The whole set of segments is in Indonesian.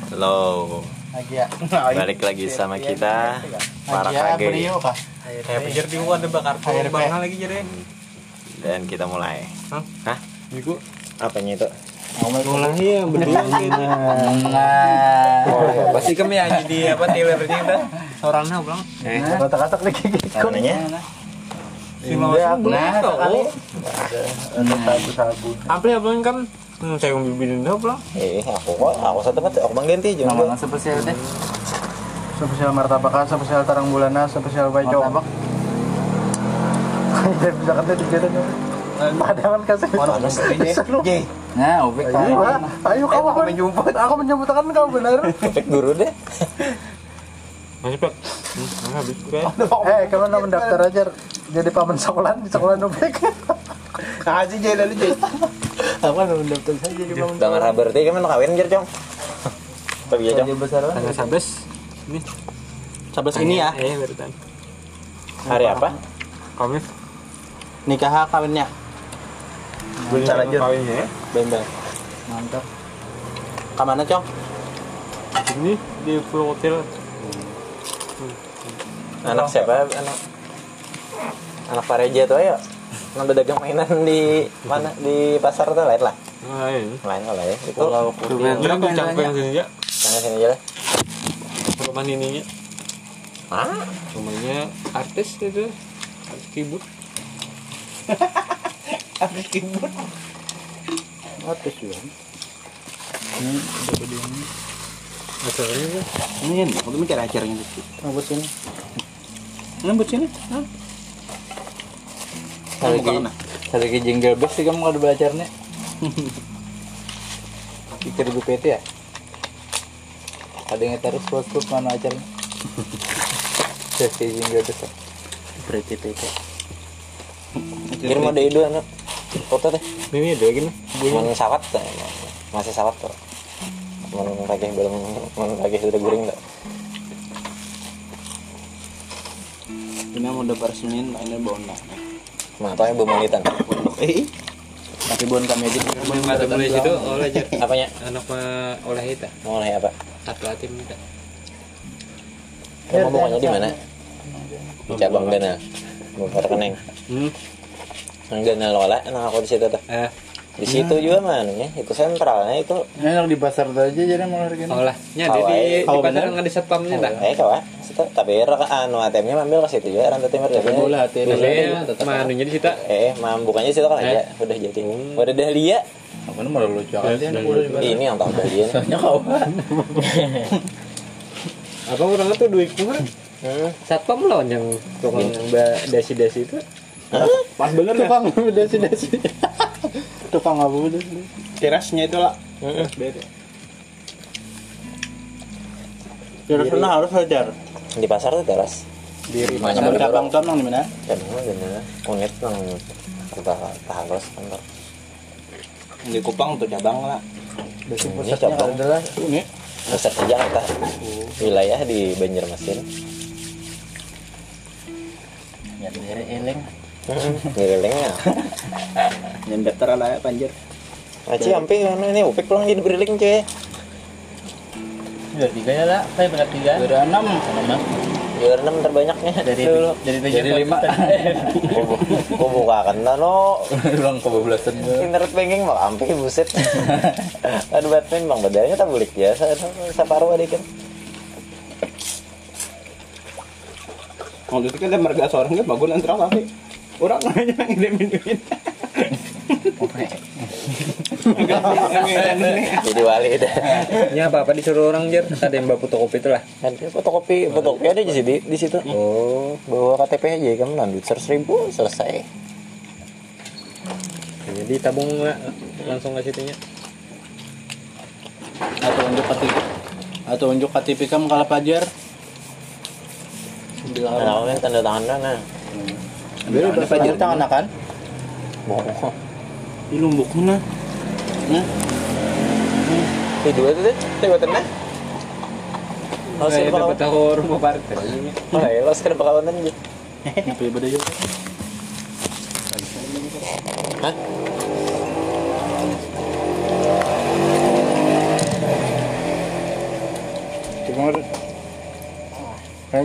Halo, balik lagi sama kita para KG. Kayak pikir di luar ada bakar banget lagi jadi. Dan kita mulai. Hah? Iku Apanya itu? mulai ya berdua gitu. Pasti kami aja di apa trailernya kita. Orangnya pulang. Kata-kata lagi gitu. Namanya? Si Mama Nah, tahu. ada sabu-sabu. Apa ya belum kan? Saya mau bikin dah pulang. Aku satu tempat, aku bang ganti aja. Nama spesial teh. Spesial martabak, spesial tarang bulana, spesial bajo. Martabak. Jadi bisa kata dikirim. Padahal kasih. Orang istrinya. J. Nah, Ubek. Ayo kamu menjemput. Aku menjemputkan kau benar. Cek guru deh. Masih Pak. Habis gue. Kamu nama mendaftar aja jadi paman sekolah di sekolah Ubek. Kasih J lalu J. Apa nama mendaftar saja di paman. Dengar berarti kan kawin jar, Cong. Tapi ya, Cong. Tanggal 11. Ini. 11 ini ya. Berarti. Hari apa? Kamis. Nikah kawinnya. Bentar aja. Kawinnya ya. Bembel. Mantap. Kamana, Cong? Ini di full hotel. Anak siapa? Anak Pareja tuh ayo. Ngambil dagang mainan di mana? Di pasar tuh lain lah. Lain. Lain lah ya. Itu Berapa cangkang sini ya? sana sini aja lah. Rumah ininya. Ah, Rumahnya artis itu. Artis keyboard. Artis keyboard. Artis juga. Acaranya Ini aku tuh mencari acaranya itu. Buat sini. Buat sini. Lagi jingle bells sih kamu ada belajarnya. Pikir ibu PT ya? Ada yang taruh spot mana acaranya? Sesi jingle bells. Berarti PT. kirim ada ide anak. Foto teh. ini ada gini. Mun sawat teh. Masih sawat tuh. Mun kagih belum sudah guring enggak? Ini mau dapat resmin, ini bona. Mah tau yang bemalitan. Tapi bon kami aja. Yang kata boleh situ oleh aja. Apanya? Anak mah oleh itu. Mau oleh apa? Satu atim kita. Kamu bukannya di mana? Di cabang Ganal. Bukan rekening. Yang Ganal oleh, nah aku di situ tuh. Di situ juga mananya, itu sentralnya itu. Ini di pasar aja jadi mau harga ini. Olehnya di pasar nggak di satpamnya dah. Kawan. Tapi anu ATM-nya ambil ke situ ya, rantai timur jadi. Bola ATM. Manunya di situ. Mam bukannya situ kan aja, udah jadi. Udah Dahlia. Apa ini malah lucu aja Ini yang tahu Dahlia. Soalnya kawan. Apa orang itu duit kemarin? Satpam lawan yang tukang dasi-dasi itu. Pas bener tukang dasi-dasi. Tukang apa udah? Terasnya itu lah. Beda. Terasnya harus hajar. Di pasar tuh teras. Di mana cabang tuh nang di mana? Cabang bener. Unit nang harus kantor. Di Kupang tuh cabang lah. Basic pusatnya adalah ini. Pusat Jakarta. Wilayah di Banjarmasin. Ya dari eleng. Ngilingnya. Yang daftar lah ya panjir. Aci sampai ini upik pulang di Beriling cuy. Udah 3 ya lah, saya benar 3. Udah 6 sama. Juara 6 terbanyaknya Dari 5. Kok buka kan no. Ulang kebablasan gua. Internet banking mah ampe buset. Aduh Batman bang bedanya tak bulik biasa saparuh adik kan. Oh itu kan marga seorang kan bagus antara apa? Orang nanya ngide minumin. Jadi wali dah. Ya apa disuruh orang jer. Ada yang bawa fotokopi itu lah. Ada fotokopi ada aja sih di situ. Oh, bawa KTP aja kamu landut 100.000 selesai. Jadi tabung langsung ke situnya. Atau unjuk KTP kamu kalau pajar. Nah, kan tanda tangan nah. Biar udah pajar tangan kan? Bohong. Di Lombok mana? Nah. Dua tuh lewat tengah. Oh, sih dapat tahu rumah partai. Oh, ya, lo sekarang bakalan aja. Apa ya beda yuk? Hah?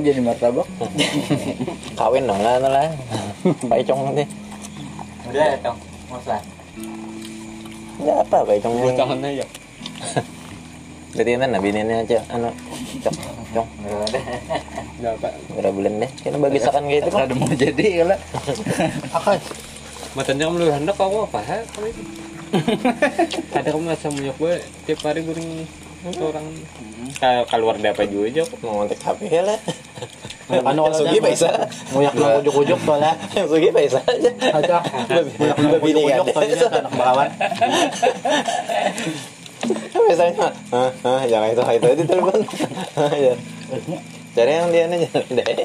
jadi martabak. Kawin dong lah Pak Icong nanti. Udah ya, Tong. Masa. Enggak apa Pak Icong. Buat tangan aja. Berarti kan bininya aja cong. Enggak apa. Berapa bulan deh. Kita bagi sakan kayak itu kan. Ada mau jadi kalau. Akai. Matanya kamu lebih hendak kau apa ha? Kalau itu. Ada kamu masa munyok gue tiap hari guring seorang keluar dapat juga aja kok. Mau ngontek HP lah. Ano Sugi bisa. Nguyak lang ujuk-ujuk to la. Sugi bisa aja. Aja. Nguyak lang ujuk-ujuk to niya sa anak bakawan. Biasanya, jangan itu telepon. Ya. Cari yang dia aja deh.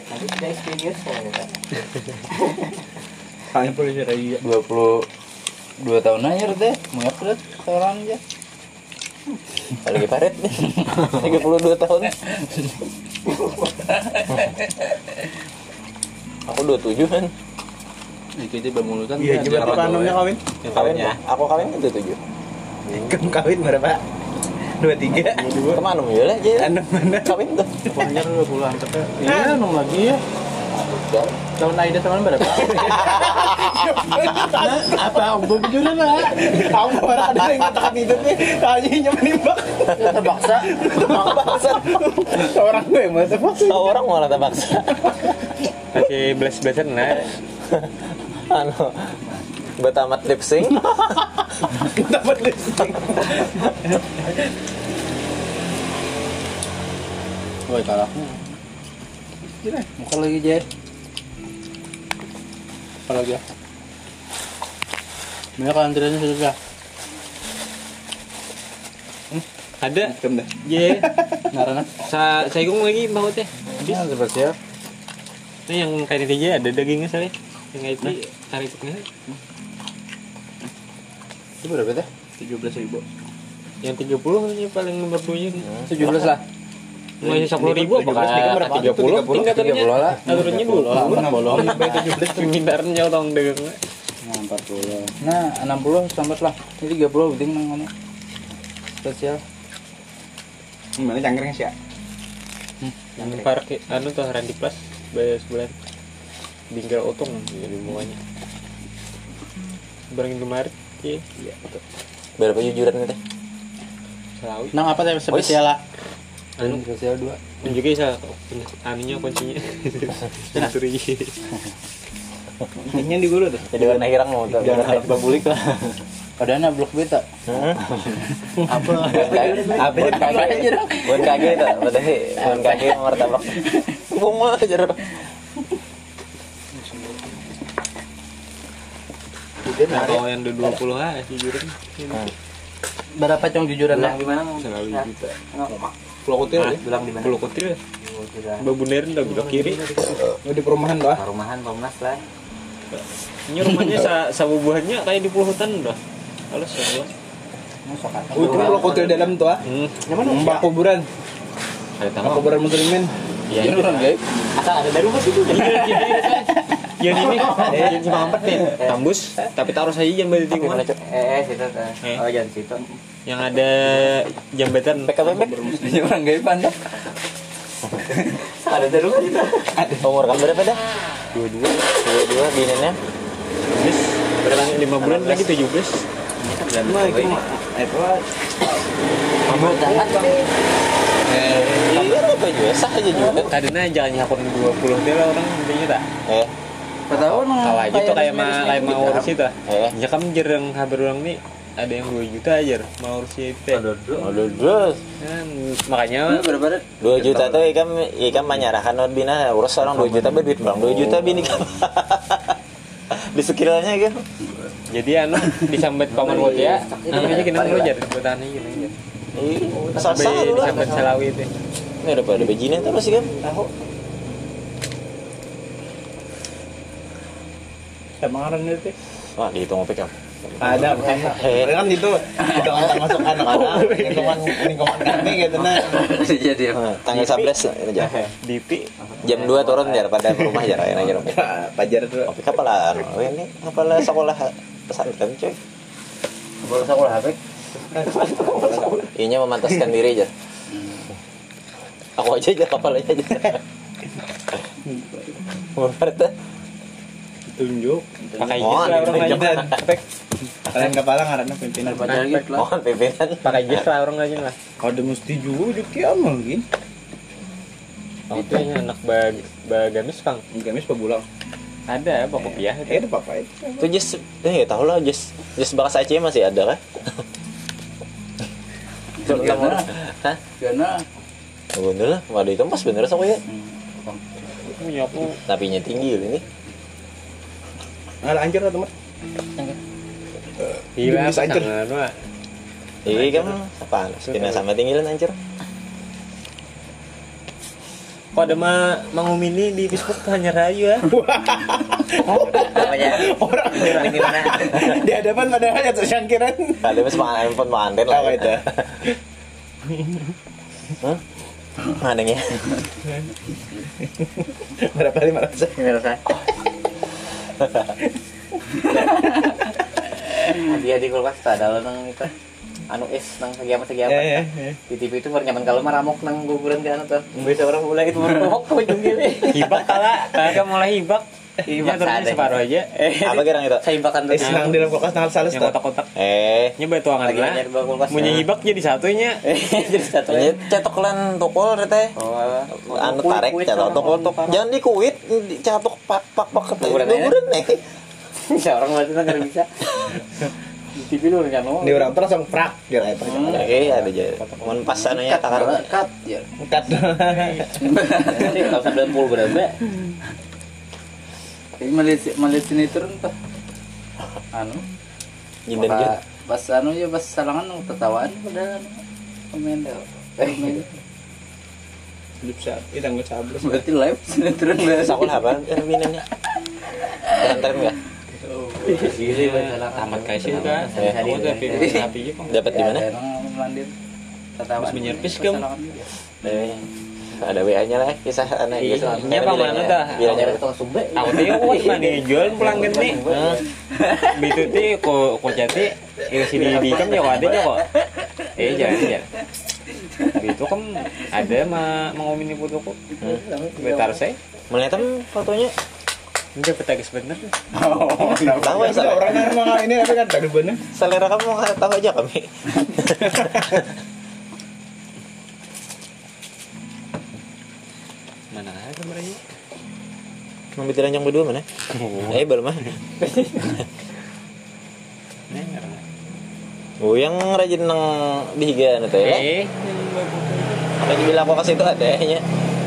Kayaknya polisi raya 22 tahun aja deh. Mau terus seorang aja. Lagi paret nih. 32 tahun. Aku 27 kan. Kita bermulutan. Iya, gimana panomnya kawin? Kawinnya. Aku kawin kan 27. Kamu kawin berapa? 23. Kemana ya lah? Anu mana? Kawin tuh. Pokoknya 20-an teka. Iya, nung lagi ya. Tahun Aida sama berapa? Apa aku bujur na? Aku para ada yang katakan itu nih. Tanya menimbak. Terbaksa. Orang gue mau terbaksa. Orang malah terpaksa. Masih belas-belasan nah. Anu betamat lip sync. Dapat listing. Woi kalaknya. Muka lagi Jet. Apa lagi ya? Mereka antriannya sudah. Ada. Hitam dah. Ye. Narana. Saya lagi bautnya. Ini spesial. Ini yang kayak ini aja ada dagingnya saya. Yang kayak itu tarik itu. Itu berapa teh? 17.000. Yang 30 ini paling nomor 2 nya. 17 lah. Masih 10.000 apa 30? 30 lah. Aturannya dulu. 17 Permintaannya tong dagingnya. Nah, 40. Nah, 60 sambat lah. Ini 30 penting nang mana. Spesial. Mana cangkring sih ya? Yang parkir anu tuh Randy Plus bayar sebulan. Binggal otong jadi bunganya. Bareng kemarin. Iya, betul. Berapa jujuran teh? Selawi. Nang apa teh spesial lah? Anu Spesial 2. juga bisa anunya kuncinya. Sensori. Ini di gulu tuh. Jadi warna hirang mau tuh. Jangan harap babulik lah. Padahal blok beta. Apa? Apa aja dong? Bukan kaki itu, betul sih. Bukan kaki martabak. Bunga aja dong. Kalau yang 20 jujuran. Berapa cong jujuran lah? Selawi juta. Pulau Kutil ya? Bilang di mana? Pulau Kutil. Babunerin udah belok kiri. Oh, di perumahan bah. Perumahan Komnas lah. Ini rumahnya sabubuhannya kayak di pulau hutan udah. Kalau sebuah. Oh, itu Pulau Kutil dalam tuh ah. Mbak kuburan. Ada Mbak kuburan muslimin. Iya, Ini orang guys. asal ada dari rumah situ. Yang ini yang cuma empat nih. Tambus, tapi taruh saja jangan balik lingkungan. Situ teh. Oh, jangan situ. Yang ada jambatan PKBB. Ini orang guys pandang. Ada dari rumah itu. Umur kamu berapa dah? 22 binennya. Habis berapa 5 bulan lagi 17. Kamu jangan Iya, apa juga sah aja juga. Tadinya jangan nyakun 20 dia lah orang intinya tak. Tahu Kalah aja tuh kayak mau urus itu. Ya kamu jarang kabar orang nih ada yang 2 juta aja mau urus itu. Aduh, terus. Kan makanya berapa? 2 juta tuh ikam menyerahkan not bina urus orang 2 juta berduit bang 2 juta bini kamu. Di sekiranya kan. jadi anu disambat paman buat ya. Namanya kita mau jar bertahan aja gitu. Sasa lu lah. Disambat Selawi itu. Ini udah pada bejina tuh masih kan? Tahu. Kemarin itu. Wah, dihitung apa kamu? Ada kan itu masuk anak-anak lingkungan kami gitu nah. Jadi Tanggal 11 aja. Dipi Jam 2 turun jar pada rumah jar aja aja. Pajar tuh. Oke kapalan. Oh ini apalah sekolah pesantren cuy. boleh sekolah HP. Inya memantaskan diri aja. Aku aja kapal aja. Bubar tuh. Tunjuk. Pakai Oh, jas lah orang tunjuk. aja. Kalian kepala ngaranna pimpinan. Mohon pimpinan. Pakai jas lah orang aja lah. Kada mesti juga kiamal gini. Itu yang anak bagamis Kang. Gamis pabulang. Ada Pak Kopiah itu. Ada apa itu? Itu jas, nggak tahu lah jas bekas Aceh masih ada kan? Gana. Hah? Gana. Bener lah, waduh itu pas bener sok ya. Punya aku. Tapinya tinggi ini. Ala anjir lah teman. Iya, Jenis anjir. pasangan Pak. Iya kan, apaan? Sepina sama tinggilan anjir. Kok ada Mang Umini di Facebook hanya rayu ya? Namanya Orang gimana? di hadapan padahal ya tersangkiran. Kali mas handphone manten lah. Apa itu? Hah? Manengnya. Berapa kali 500? Dia di kulkas ada nang itu anu es nang segiapa Ya. di TV itu nyaman kalau maramok nang guguran ke anu tuh bisa orang mulai itu maramok ke ujung gini Hibak kala, kagak mulai hibak. Hibak Iya, terus ada. separuh aja. Apa kira itu? saya hibakan tuh Es nang di dalam kulkas tanggal salah Yang kotak-kotak. Eh, Nyoba tuangan lagi lah. nyari bawa kulkas Punya hibak jadi satunya. jadi satu ini cetok lan tukul teh. oh Anu tarik cetok tukul tuk. Jangan dikuit, cetok pak ketemu Guguran aja. guguran nih. bisa orang mati nggak bisa di TV lu nyano Di orang terus langsung prak dia kayak apa? Oke, ada aja. Mun pas sananya takar. cut ya Cut. kalau sampai 90 berapa Ini Malaysia ini turun tuh. Anu. Jinden jin. Pas anu ya pas salangan tertawaan udah komen dah. Bisa, itu nggak sabar. Berarti live sinetron lah. Sakul apa minannya? Pesantren enggak? gili Tamat kayak sih kan. Ya. Aku udah pilih api aja Kang. Dapat di mana? Melandir. Tertawaan. Habis menyerpis, Gem. Ada WA-nya lah kisah anak Iya, Pak mana dah? Bilangnya ketemu sumbe Aku tuh yang kuat mah nih jual pelanggan nih. Bitu teh ko jati sini dikam ya kok ada ya kok. Jangan. Itu kan ada mengomini fotoku. Bentar saya. melihat fotonya. Ini dapat tagis bener. Tahu ya Ada orang yang mau ini tapi kan tadi bener. selera kamu tahu aja kami. Mana ada mereka? Ngambil ranjang berdua mana? Baru mah. Oh, yang rajin nang bihiga itu ya. Lagi bilang aku kasih itu adanya.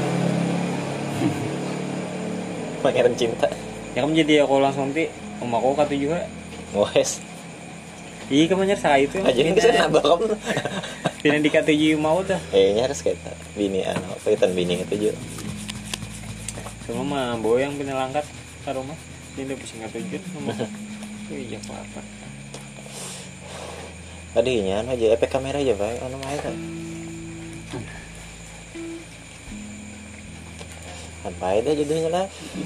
Pangeran cinta. Ya kamu jadi aku langsung nanti om aku kata juga. Wes. Iya kamu nyerah itu. Aja ini kesana bakam. Tidak dikata juga mau tuh. Nyaris kayak bini kaitan bini itu juga. Cuma mah bawa yang punya langkat ke rumah. Ini udah pusing tujuan ngomong. Iya apa? Tadinya aja efek kamera aja pak, anu mah itu. Apa itu jadinya lah?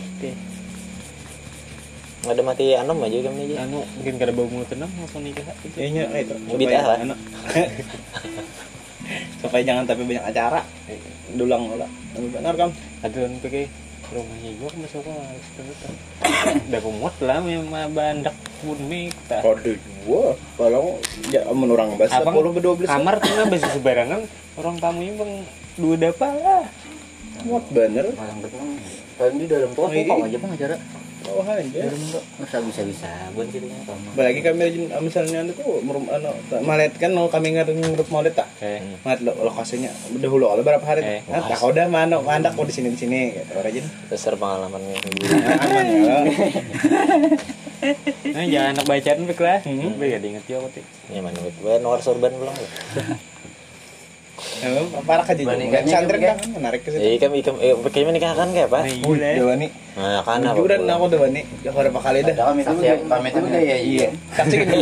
Ada mati anom aja kami aja. Anu mungkin kada bau mulut tenang langsung nikah. Kayaknya itu. Bid'ah lah. Supaya jangan tapi banyak acara. Dulang lah. Benar kan? Ada anu pakai rumahnya juga masuk ke situ. Udah kumut lah memang bandak bumi kita. Kode gua kalau ya menurang bahasa 10 ke 12. Kamar tuh nggak bisa sembarangan orang tamunya bang dua dapa lah. Muat bener. malang betul kan di dalam tuh kok aja bang acara Oh aja. masa bisa buat gitu ya Apalagi kami misalnya anu tuh malet kan mau kami ngerup malet tak. Malet lokasinya dahulu kalau berapa hari. Nah, tak udah mana mandak mau di sini gitu rajin. Besar pengalamannya. Aman ya. Nah jangan anak bacaan pek lah. Bega diinget ya aku. Ya mana gue nomor sorban belum. Parah aja juga. Santri kan menarik ke situ. Kayaknya nikah kan kayak apa? Dewa nih. Nah, kan apa? Jujuran aku dewa nih. Ya berapa kali dah. Kami itu kayak iya. Saksi gini.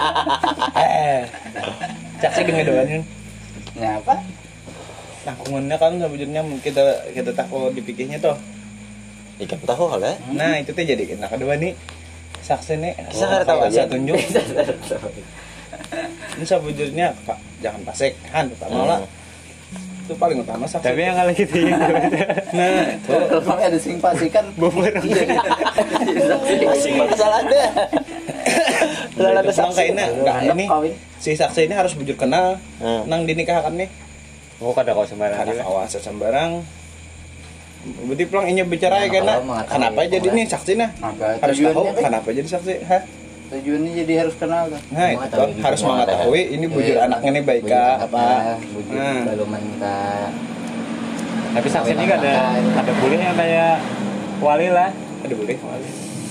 Saksi gini dewa nih. Ngapa? Tangkungannya kan sebujurnya kita takut dipikirnya tuh. Ikan tahu kali ya? Nah itu tuh jadi kita kedua nih saksi nih. Saya tahu aja. Tunjuk. Ini sebujurnya Pak jangan pasek kan pertama lah. itu paling utama saksi. Tapi yang kalau gitu ya. Nah, itu Kalau ada sing pastikan Bobor. Masing salah ada. Salah ada saksi. kayaknya enggak ini si saksi ini harus bujur kenal nang dinikahkan nih. Oh kada kau sembarang. Ada kawasan sembarang. Berarti pulang inya bicara ya karena kenapa jadi nih saksi nah? Harus tahu kenapa jadi saksi, ha? Tujuannya jadi harus kenal tuh. Nah, itu kan harus mengetahui ini bujur anaknya nih baik apa. Bujur belum minta. Tapi saksi ini ada boleh yang kayak wali lah. Ada boleh wali.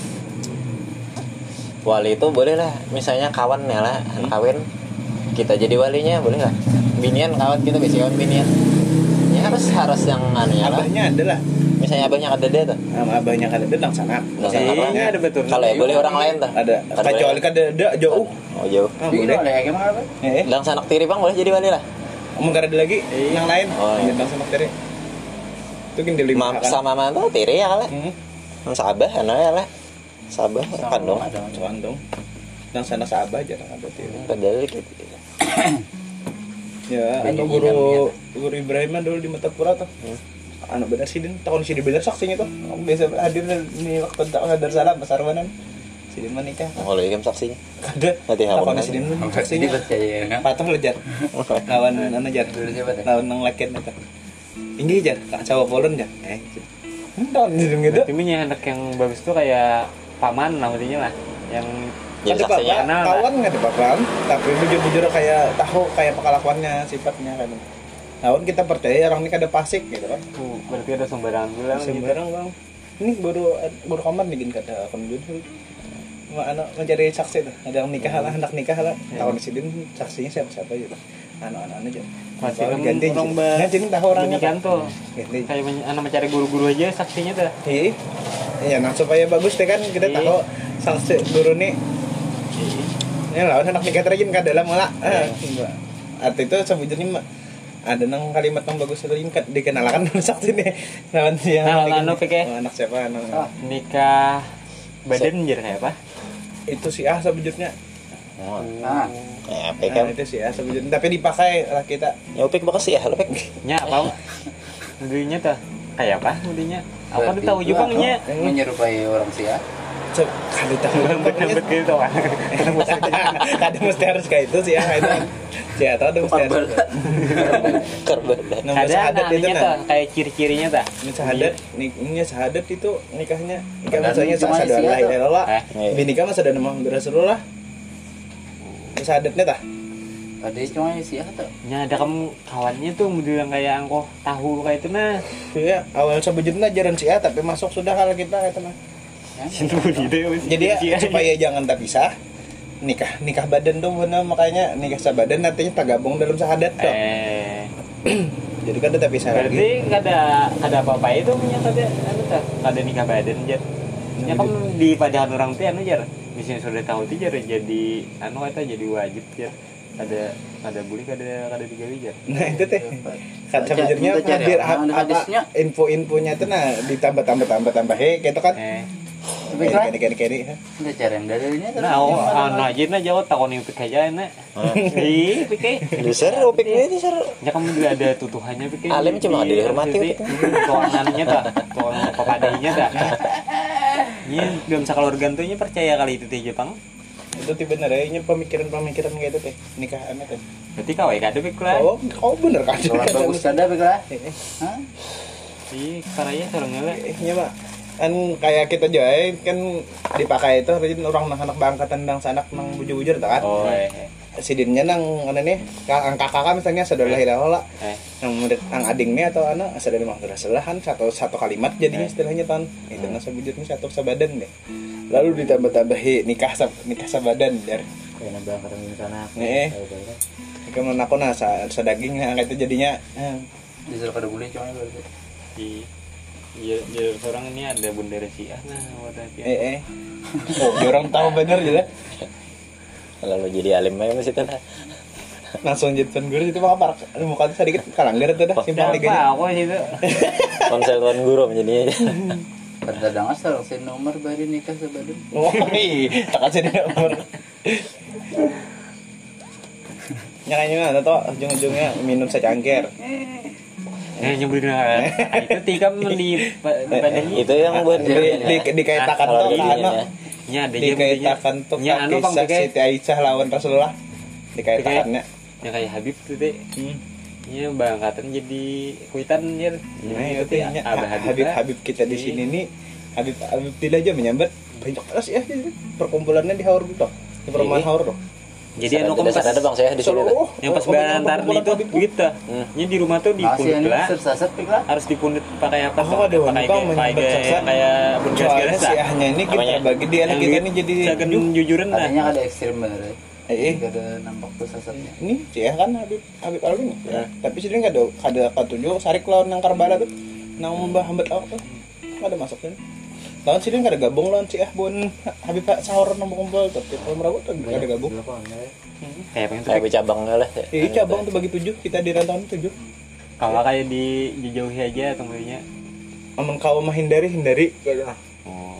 Wali itu boleh lah, misalnya kawan ya lah, kawin kita jadi walinya boleh lah. Binian kawan kita biasanya kawan binian. Ya harus yang anunya lah. Abahnya ada lah. Misalnya abahnya ada dia tuh. Sama abahnya kada ada nang sana. Iya, ada betul. Kalau ya boleh orang lain tuh. Ada. Kecuali kada ada jauh. Oh jauh. Boleh. Gimana apa? Lang sanak tiri bang boleh jadi wali lah. Omong kada ada lagi yang lain. Oh, iya. Nang sana tiri. Itu kan dilima Sama mantu tiri ya lah. Sabah anu ya lah. Sabah kandung. Kandung. Nang sana sabah jarang ada tiri. Padahal gitu. Ya, atau guru Ibrahim dulu di Metapura tuh. Anu bener sih din, tahun sih bener saksinya tuh. Biasa hadir nih waktu tak hadar salam Pasarwanan. Sidin menikah. Oh, lagi kan saksinya. Ada. Nanti hapon Kapan kan. Sidin Jadi saksinya? percaya ya. Patuh lo jar. Lawan anu jar. Dulu siapa tuh? Lawan nang leket itu. Tinggi jar, tak cawa polon jar. Tahun Sidin gitu. Tapi punya anak yang bagus tuh kayak paman namanya lah. Yang Jadi Ada saksinya apa? Kawan nggak ada apa tapi bujur-bujur kayak tahu kayak pengalamannya sifatnya kan. Lawan kita percaya orang ini kada pasik gitu kan. berarti ada sembarangan bilang. Sembarang bang. Ini baru kamar bikin kata akun judul. Anak mencari saksi tuh. Ada yang nikah lah, anak nikah lah. Tahun Sidin saksinya siapa gitu. Anak-anak aja. Masih ganti orang jadi tahu orangnya kan tuh. Ganti. Kayak anak mencari guru-guru aja saksinya tuh. Iya, nah supaya bagus deh kan kita tahu saksi guru nih. Ini lawan anak nikah terjun ke dalam malah. Arti itu sebetulnya ada nang kalimat yang bagus itu dikenalkan saksi nih lawan yang anu pikir anak siapa nikah badan jadi kayak apa? Itu si A sebetulnya. Ya, pek kan. Itu si A sebetulnya tapi dipakai lah kita. Ya pek bakas ya, lo pek. Nya apa? Mudinya tuh kayak apa mudinya? Apa tuh tahu juga nya? Menyerupai orang sia. Kada tahu Bener gitu kan. Kada mesti harus kayak itu sih ya itu. Si A tahu mesti harus. Kerban. Ada anaknya tuh kayak ciri-cirinya tuh. Nikahnya sahadat itu nikahnya maksudnya sahadat la ilaha illallah. Binikah masa ada nama Rasulullah. Sahadatnya tah. Ada cuma sia tuh. Nya ada kamu kawannya tuh model yang kayak angkoh tahu kayak itu nah. Iya, awal sebujurnya ajaran si A tapi masuk sudah kalau kita kayak itu mah. Jadi ya, supaya jangan tak pisah nikah badan tuh bener makanya nikah sabadan nantinya tak gabung dalam sahadat tuh. Jadi kan tak pisah lagi. Berarti ada apa-apa itu punya ada nikah badan jar. Ya kan di padahan orang tuh anu jar. Misalnya sudah tahu tuh jar jadi anu kata jadi wajib jar. Ada boleh kada digawe jar. Nah itu teh kan sebenarnya hadir apa info-infonya tuh nah ditambah gitu kan. Kene. Udah cara yang dalilnya tuh. Nah, aja na jawab takon yang pikir aja na. Ih, pikir. Besar opik ini besar. Ya kamu juga ada tutuhannya pikir. Alim cuma ada dihormati. Tuanannya tak, tuan pepadainya tak. Iya, belum sakal organ tuhnya percaya kali itu teh Jepang. Itu tipe benernya pemikiran gitu teh nikahan teh. Berarti kau kada pikir lah. Oh, kau bener kan? Kalau bagus kada pikir lah. Hah? Iya, karanya sarangnya lah. Iya, Pak. Kan kayak kita juga kan dipakai itu orang anak bangka tendang sanak nang bujur-bujur tak kan. Oh, Sidinnya nang ana nih kakak misalnya saudara hilahola. Nang murid nang adingnya atau ana sadar mah selahan satu kalimat jadinya istilahnya tan. Itu nang sebujurnya satu sabadan deh. Lalu ditambah-tambahi nikah sabadan jar. Kayak nambah orang di sana. Kamu aku sadaging angkat itu jadinya. Disuruh kada boleh cuma berarti. Iya, orang ini ada bunda Resiah nah, wadah Oh, orang tahu bener gitu. Kalau lo jadi alim aja masih kan. Langsung jadi tuan guru itu mah apa? Muka tuh sedikit kalanggar tuh dah simpang liganya. Apa itu? Konsel tuan guru menjadinya. Kadang asal sen nomor bari nikah sabadan. Oh, tak kasih dia nomor. Nyakanya tuh ujung-ujungnya minum secangkir. nyebelin banget. Itu tikam di badannya. Itu yang buat dikaitakan kalau tuh ini kan ya. Nya ada dia dikaitakan tuh Nya anu Bang kisah kayak Siti Aisyah lawan Rasulullah dikaitakannya. yang kayak Habib tuh teh. Nya bangkatan jadi kuitan ya. Nah itu teh Abah Habib kita di sini nih Habib tidak aja menyambat banyak kelas ya perkumpulannya di Haur gitu di perumahan Haur tuh. Jadi anu Tidak pas ada Bang saya di sini. Seluruh yang pas berantar itu gitu. Nya di rumah tuh dipundut lah. Harus dipundut pakai apa? Oh, ada wanita pakai menyambat saksa. kayak bungas Soalnya biasa. si ahnya ini kita Namanya? bagi dia anak kita ini jadi Saken jujuran lah. Katanya ada ekstrim bener ya. Gak ada nampak tuh sasarnya. ini si ah kan Habib Alwi nih. Tapi sini nggak ada ketujuh sarik lawan nang Karbala tuh nang mbah hambat awak tuh nggak ada masuk sini. Lawan sini nggak ada gabung lawan si ah bun Habib sahur nang kumpul tapi kalau merawat tuh nggak ada gabung. Kayak pengen tuh. Kayak cabang lah. Iya cabang tuh bagi 7 kita di rantauan 7. Kalau kayak dijauhi aja tunggunya. Aman kau mah hindari Oh.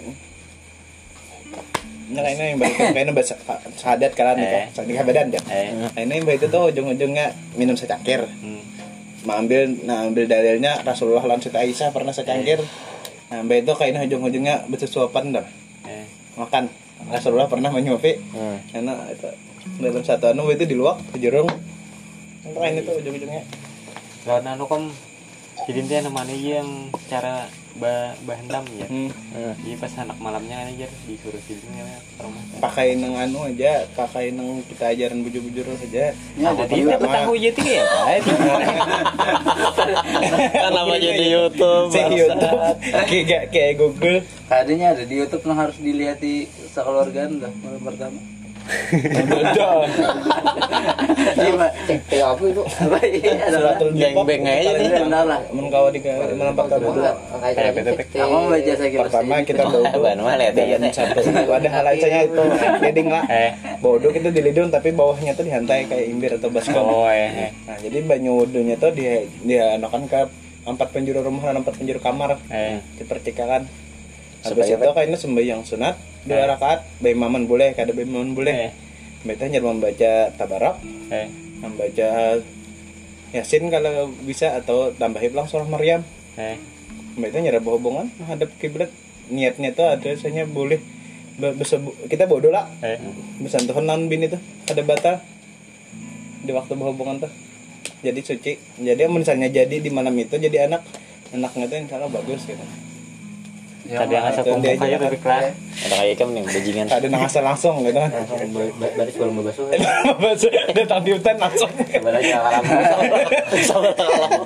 Nah ini yang baik kayaknya bahasa sahadat kalian nikah badan kan. Nah ini yang baik itu tuh ujung-ujungnya minum secangkir. Ambil dalilnya Rasulullah lawan Siti Aisyah pernah secangkir. Nah baik itu kayaknya ujung-ujungnya bersuapan dah. Makan Rasulullah pernah menyuapi. Karena itu dalam satu anu itu di luar jerung. Nah ini tuh ujung-ujungnya. Lawan anu kom jadi dia namanya yang cara bahendam ya. Jadi pas anak malamnya kan aja disuruh tidur ke rumah. Pakai nang anu aja, pakai nang kita ajaran bujur-bujur aja. Ya ada di tahu jadi ya. Kan namanya di YouTube. Si YouTube kayak Google. Kayaknya ada di YouTube yang harus dilihat di sekeluargaan dah malam pertama. Cek apa itu? Apa ini? Suratul Beng-beng aja nih. Benar lah. Menkawa di melampak kabur. Kamu baca sakit. Pertama kita bodoh. Ban mah lihat ya. Dan satu ada halaicanya itu heading lah. Bodoh kita di lidung tapi bawahnya tuh dihantai kayak imbir atau baskom. Nah jadi banyu wudunya tuh dia anakan ke 4 penjuru rumah dan 4 penjuru kamar. Dipercikakan. Habis itu kayaknya sembahyang sunat 2 rakaat, bayi maman boleh, kada bayi maman boleh. Mereka hanya membaca tabarak, membaca Yasin kalau bisa atau tambahin lang surah Maryam. Mereka nyerah hubungan menghadap kiblat. Niatnya tuh ada rasanya boleh kita bodoh lah. Besantuhan non bin itu ada batal di waktu berhubungan tuh. Jadi suci. Jadi misalnya jadi di malam itu jadi anaknya tuh insyaallah bagus gitu. Tadi yang asal kumpul aja tapi kelas. Ada kayak ikan nih bajingan. Ada nangasa langsung gitu kan. Baris belum basuh. Basuh datang di hutan langsung. Sebenarnya alam. Sama alam.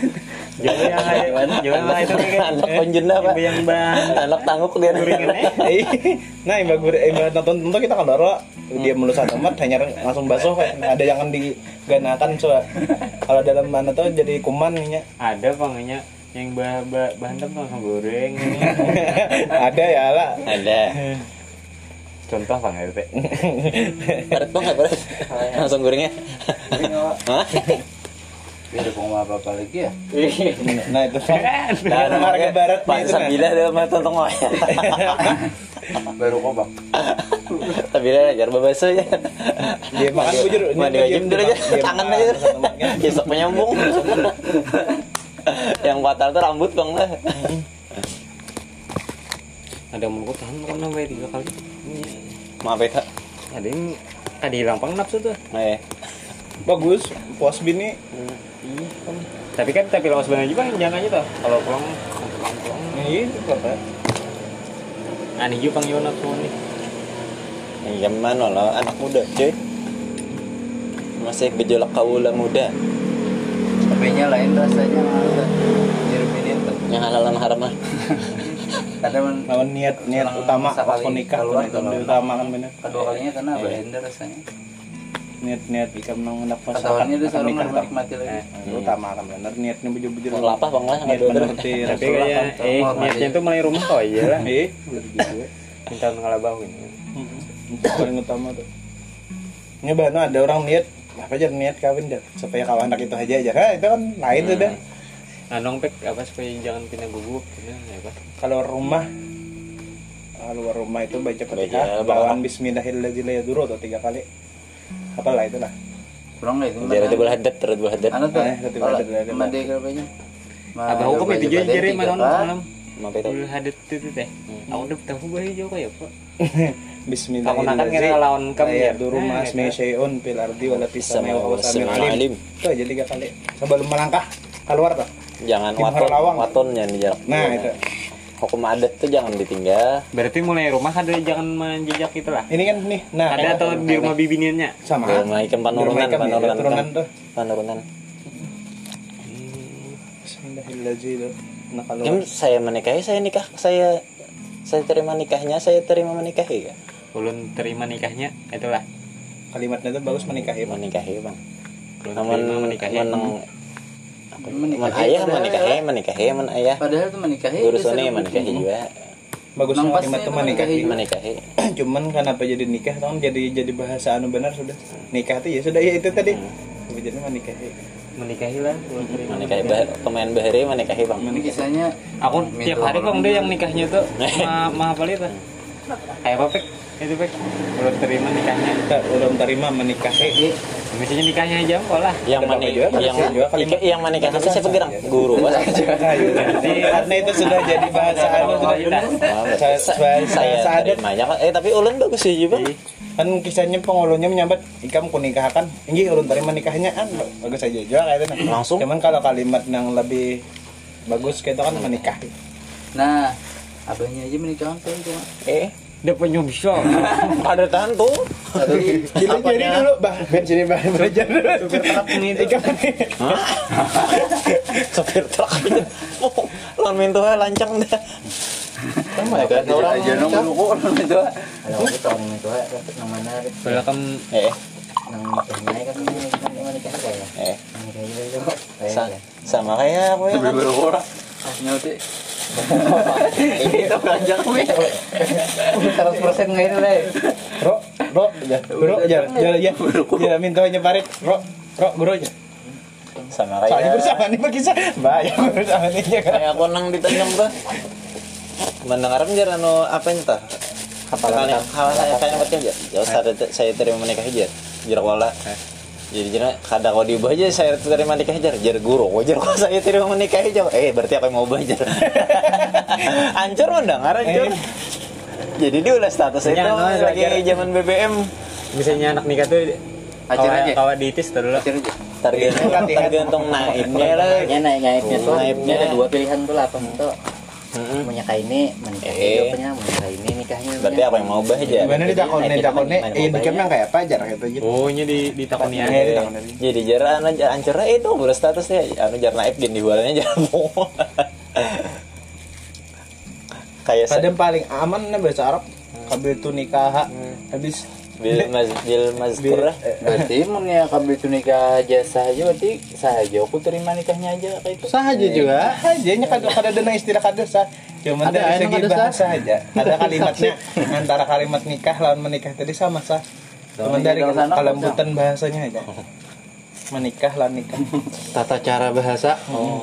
Jangan itu Anak konjun apa? yang Anak tangguk dia guringan Nah, imbang nonton kita kalau dia melus tempat hanya langsung basuh kayak ada jangan diganakan kalau dalam mana tuh jadi kuman nih. Ada pangnya yang bahan tuh langsung goreng. Ada ya lah. Ada. Contoh bang RT. Berat banget berat. Langsung gorengnya. Hah? Beda mau apa lagi ya? Nah itu dan marga barat Pak Sabila dia mah tonton wayang. Baru kobak. Sabila ajar babaso ya. dia makan bujur. Mandi wajib dulu aja. Tangan aja. Besok menyambung. Yang batal tuh rambut bang lah. Ada muluk tahan kan sampai 3 kali. Maaf ya kak. Ada yang tadi lampang nafsu tuh. Bagus, puas bini. Tapi lawas banget juga jangan aja tuh. Kalau pulang. Iya, itu apa? Aneh juga pang Yona semua nih. Yang mana lah anak muda cuy. Masih gejolak kaula muda. Tapi-nya lain rasanya malah jerminin tuh. Yang halalan haram. Kadang Lawan niat utama sekali waktu nikah keluar itu kalau diutamakan bener. kedua kalinya karena blender rasanya. Niat ikam nang hendak Ketahuannya itu seorang nikah menikmati lagi. utamakan bener niatnya bujur-bujur. Lapah bang lah. Niat menuruti Tapi Rasulullah kan. kayak niatnya tuh mulai rumah kok aja lah. Gitu. Minta ngelabauin. Itu paling utama tuh. Ini bahan ada orang niat apa aja niat kawin dah supaya kawan anak itu aja. Nah, itu kan lain tuh dah. Anong pek apa supaya jangan pindah guguk gitu ya apa? Kalau rumah itu baca Fatihah, Baca bawaan bismillahirrahmanirrahim dulu atau 3 kali. Apalah itulah. Kurang itu. Jadi itu hadat, terus hadat. Anu tuh. Tapi Kalau ada. mandi kerapanya. Abah hukum itu jadi mana malam. Sampai itu. Ulah hadat itu teh. Aku udah tahu bae jo kayak apa. Bismillahirrahmanirrahim. Aku nakan kira lawan kamu ya. Duru mas mesyai'un fil ardi wala fis samai wa huwa samiul Samiul alim. alim. Tuh jadi 3 kali. Sebelum melangkah keluar tuh. Jangan Tim Harawang. watonnya di jarak. Nah, itu. Hukum adat tuh jangan ditinggal. Berarti mulai rumah ada jangan menjejak gitu lah. Ini kan nih. Nah, Ada atau di rumah bibiniannya? sama. Menaikkan Di penurunan, rumah ikan, ya, turunan tuh. penurunan. Bismillahirrahmanirrahim. Nah, kalau Kan saya menikahi, saya nikah, saya terima nikahnya, saya terima menikahi kan. Ulun terima nikahnya, itulah. kalimatnya tuh bagus menikahi, Bang. Menikahi bang. Ulun Namun terima menikahi. men ayah menikahi, men ayah. Padahal tuh menikahi. Guru Sony menikahi juga, Bagusnya Nang kalimat pasnya tuh itu menikahi. menikahi. Cuman kenapa jadi nikah kan jadi bahasa anu benar sudah. Nikah tuh ya sudah ya itu tadi. Jadi menikahi. Menikahi lah, ulun terima. Menikahi pemain bahari menikahi bang. Ini kisahnya Aku tiap hari kok udah yang nikahnya tuh mah apa itu? Kayak apa pek? Itu pek. Ulun terima nikahnya. Kita belum terima menikahi. Misalnya nikahnya aja kok lah. Yang Ada menikah, bapak juga, kalimat. yang menikah nanti siapa gerang? Guru. Karena itu sudah jadi bahasa anu sudah. Bahasa adat. terimanya. Tapi ulun bagus sih juga. Kan kisahnya pengulunya menyambat ikam ku nikahkan. Ini ulun terima nikahnya kan bagus aja juga kayak itu. Nah. Langsung. Cuman kalau kalimat yang lebih bagus kayak itu kan menikahi. nah abahnya aja menikahkan tuh cuma Dia penyumsol. Ada tantu. Jadi dulu bah sini bah belajar dulu. Supir truk ini itu. Ikam Sopir truk. Lawan mintu lancang dah. Sama ya kan orang aja nong luku orang itu. Ada waktu tahun itu ya, nang mana Belakang nang nikahnya kan ini nikah kayak. Nikahnya juga. sama kayak aku ya kan. Baru orang. Nyauti. Ini tuh panjang gue. 100% nggak itu deh. Bro, ya minta aja parit. Bro, guru aja. Sama Soalnya kayak bersama nih bagi saya. Bahaya bersama nih ya kan. kayak aku nang ditanjang bah. Mendengar jar anu apa entah. Hal saya kayak macam aja. Saya terima menikah aja. Jar wala. Jadi jana kada kau diubah aja saya terima nikah jar guru wajar kok saya terima menikah aja berarti aku yang mau belajar. Hancur mendengar hancur. Jadi dia udah status itu lagi zaman BBM. misalnya anak nikah tuh Ajar aja. kawa diitis dulu. Tergantung naibnya lah. Naiknya tuh Naibnya. ada 2 pilihan tuh lah, apa tuh menyakaini ini menikahi apanya menikahi ini nikahnya. Berarti apa yang mau bah aja. Gimana ditakoni indikatnya kayak apa jar gitu gitu. Oh, nya ditakoni Iya, aja. ditakoni. Jadi jaran aja hancurnya itu udah statusnya anu jar naib gen dijualnya jar mau. Kayak Padahal paling aman nih bahasa Arab. Kabel itu nikah habis bil mazkur lah. Berarti mun ya kabel itu nikah aja saja berarti saja aku terima nikahnya aja kayak itu. sah aja juga. Aja nya kada dana istilah kada sah. Cuman Ada, dari emang segi ada sah. bahasa aja. Ada kalimatnya antara kalimat nikah lawan menikah tadi sama sah. Cuman dari Kalau sana, kelembutan bahasanya aja. Menikah lawan nikah. Tata cara bahasa.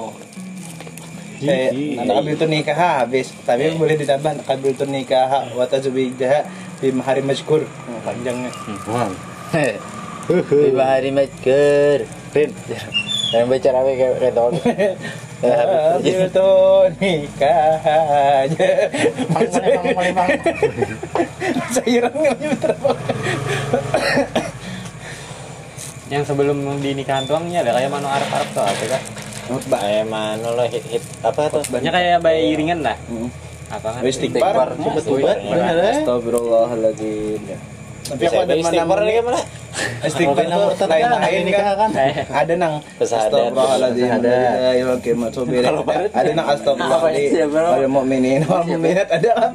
Kayak anak kabel itu nikah habis, tapi boleh ditambah anak kabel itu nikah wa tazwijah di mahari mazkur. Panjangnya. Lima hari masker. Rin. Yang baca rawe kayak redol. Kabel itu nikah aja. Sayuran nggak terbang. Yang sebelum dinikahan tuangnya ada kayak mano Arab tuh apa kan? Kayak mana lo hit apa tuh? Banyak kayak bayi iringan lah. Apa kan? Istighfar. Astagfirullahaladzim. Tapi aku ada istighfar mana lagi mana? istighfar itu lain kan? Ada nang astagfirullahaladzim. Ada yang kemat sobir. Ada nang astagfirullahaladzim. Wal mu'minin wal mu'minat ada kan?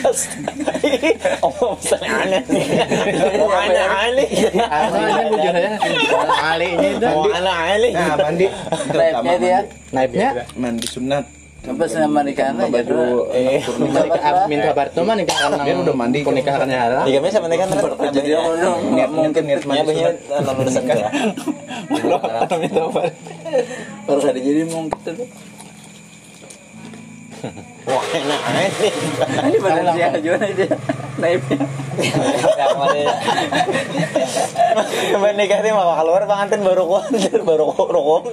Oh, misalnya aneh. Ini bujur aja. Ali-nya itu. Aneh. Nah, mandi. Naibnya dia. Naibnya mandi sunat. Apa nama nikahan aja dulu. minta kabar tuh mah nikahkan Dia udah mandi. pernikahannya halal. Tiga sama kan Jadi aku Niat mungkin niat mandi sunat. nomor desakan ya. harus ada jadi mungkin tuh. Wah, enak aneh. Ini benar dia juga dia. Naibnya. Ban nikah teh mah keluar panganten baru rokok.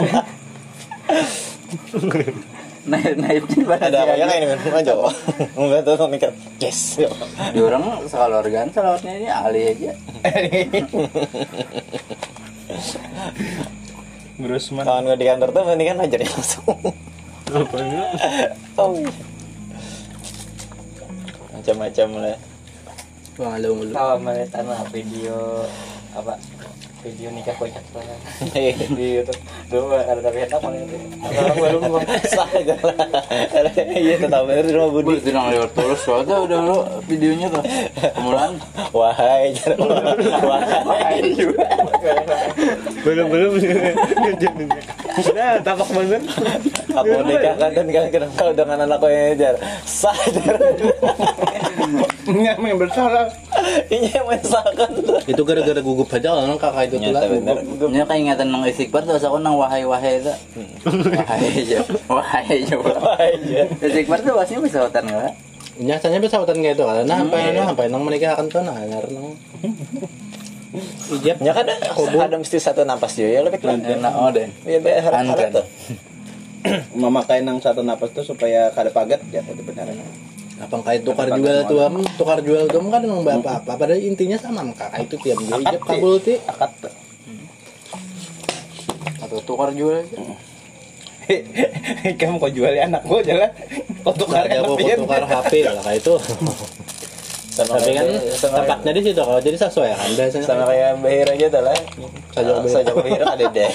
Naik Ada apa yang ini men? Aja. Enggak tahu nikah. Yes. di orang sekeluargaan selawatnya ini Ali aja. Grosman. Kawan gue di kantor tuh mendingan aja langsung. Oh. Macam-macam lah. Bang lu. Tahu melihat video apa? Video nikah kocak banget di YouTube. Dulu ada terlihat apa nih? Orang baru ngomong Sah aja lah. Iya tetap bener di rumah Budi. Budi tidak lewat terus soalnya udah lu videonya tuh. Kemudian Wahai. belum nah tampak banget Aku nikah kan dan kalau dengan anak yang jar. Sah aja. Enggak yang bersalah. Ini yang menyesalkan. Itu gara-gara gugup aja orang kakak itu tuh lah. Nyata bener. nya kayak ingatan nang istighfar terus aku nang wahai itu. Wahai aja. Wahai aja. Istighfar tuh bahasanya bisa hutan enggak? Nyatanya pesawatan kayak itu kan. Nah, sampai nang menikah akan tuh nah nang. Ijab Ya kan ada mesti satu napas juga ya lebih kan. Enak oh deh. Iya Anu kan. tuh. Memakai nang satu napas tuh supaya kada pagat ya itu benar. apa kayak tukar jual tuh kan emang apa pada intinya sama kakak itu tiap dia ijab kabul ti Akad. Atau tukar jual aja. Kamu kok jual anak gua aja lah. Kok tukar ya kok tukar HP lah kayak itu tapi kan tempatnya di situ kalau jadi sesuai kan biasanya sama kayak Bahir aja tuh lah. Sajak Bahir ada deh.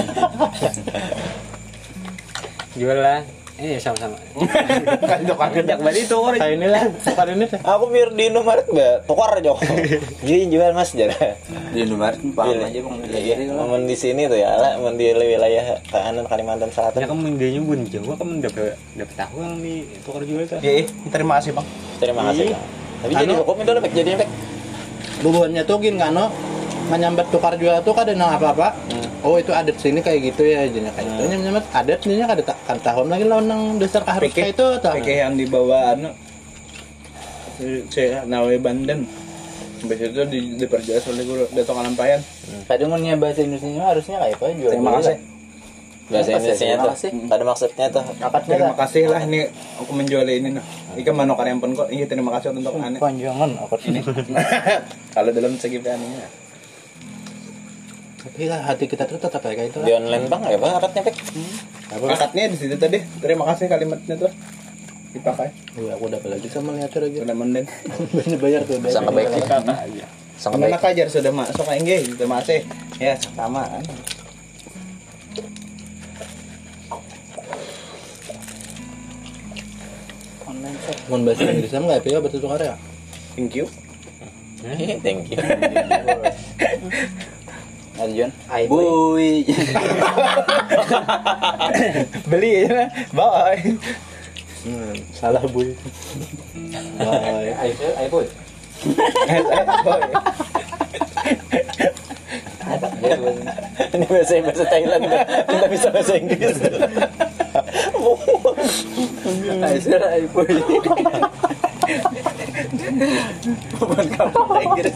jual lah sama-sama Kajak balik itu orang. kayak ini lah tukar ini teh Aku mir di Indomaret mbak, tukar aja. Jadi jual mas jara. Di Indomaret paham aja bang. Momen di sini tuh ya, lah, momen di wilayah kanan Kalimantan ya Selatan. kamu mendanya bun Jawa kamu dapat tahu yang di tukar jual tuh Iya, terima kasih bang. Terima kasih bang. Tapi jadi hukum itu lebih jadi efek. bubuhannya tuh gini kan no menyambat tukar jual tuh kan ada nang apa oh itu adat sini kayak gitu ya jadinya kayak itu menyambat adat jadinya kada kan tahun lagi lawan nang dasar harus kayak itu tah Pikir yang dibawa anu saya nawe Banten. Habis itu diperjelas oleh guru Dato Kalampayan. Tadi mau bahasa Indonesia harusnya kayak apa jual. Terima kasih. Bahasa Indonesia tuh. Ada maksudnya tuh. Terima kasih lah ini aku menjual ini nah. Ika mano karyan pun kok. Iya terima kasih untuk aneh. Panjangan akad ini. Kalau dalam segi anehnya. tapi lah hati kita tuh tetap kayak itu Di lah online bang ya bang akadnya pek. Akadnya di situ tadi. Terima kasih kalimatnya tuh dipakai. aku udah lagi sama lihat lagi Sudah menden. banyak tuh Sangka baik aja. Sangka Mana baik. kajar sudah masuk enggak? Terima kasih. Ya sama kan. Online shop. mun bahasa Inggris sama nggak ya betul tukar ya Thank you. Thank you. Arjun. Boy. Beli ya. Bye. salah boy iPhone Ini bahasa Thailand tuh. Kita bisa bahasa Inggris. Aisyah iPhone. Bukan kamu Inggris.